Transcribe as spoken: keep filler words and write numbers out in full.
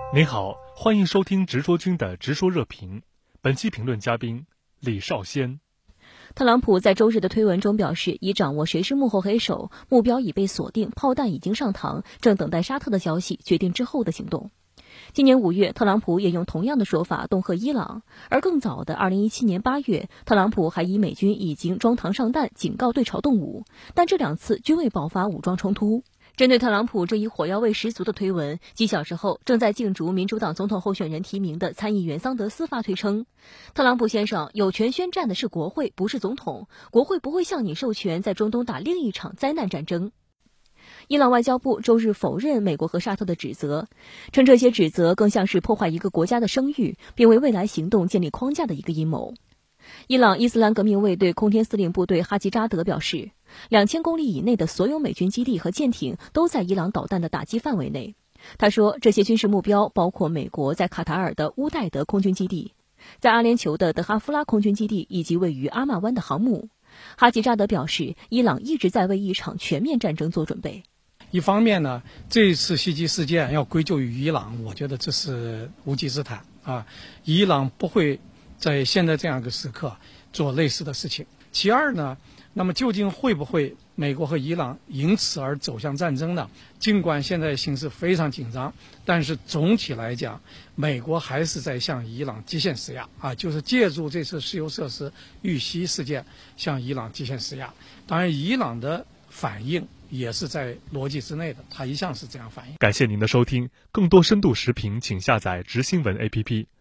您好，欢迎收听直说君的直说热评。本期评论嘉宾李少先。 特朗普在周日的推文中表示，已掌握谁是幕后黑手，目标已被锁定，炮弹已经上膛，正等待沙特的消息决定之后的行动。今年五月，特朗普也用同样的说法恫吓伊朗，而更早的二零一七年八月，特朗普还以美军已经装膛上弹警告对朝动武，但这两次均未爆发武装冲突。针对特朗普这一火药味十足的推文，几小时后，正在竞逐民主党总统候选人提名的参议员桑德斯发推称，特朗普先生，有权宣战的是国会，不是总统，国会不会向你授权在中东打另一场灾难战争。伊朗外交部周日否认美国和沙特的指责，称这些指责更像是破坏一个国家的声誉，并为未来行动建立框架的一个阴谋。伊朗伊斯兰革命卫队空天司令部队哈吉扎德表示，两千公里以内的所有美军基地和舰艇都在伊朗导弹的打击范围内。他说，这些军事目标包括美国在卡塔尔的乌代德空军基地，在阿联酋的德哈夫拉空军基地以及位于阿曼湾的航母。哈吉扎德表示，伊朗一直在为一场全面战争做准备。 一方面呢，这一次袭击事件要归咎于伊朗，我觉得这是无稽之谈啊！伊朗不会在现在这样一个时刻做类似的事情。其二呢，那么究竟会不会美国和伊朗因此而走向战争呢？尽管现在形势非常紧张，但是总体来讲，美国还是在向伊朗极限施压啊，就是借助这次石油设施遇袭事件向伊朗极限施压。当然，伊朗的反应也是在逻辑之内的，他一向是这样反应。 感谢您的收听，更多深度时评请下载直新闻 A P P。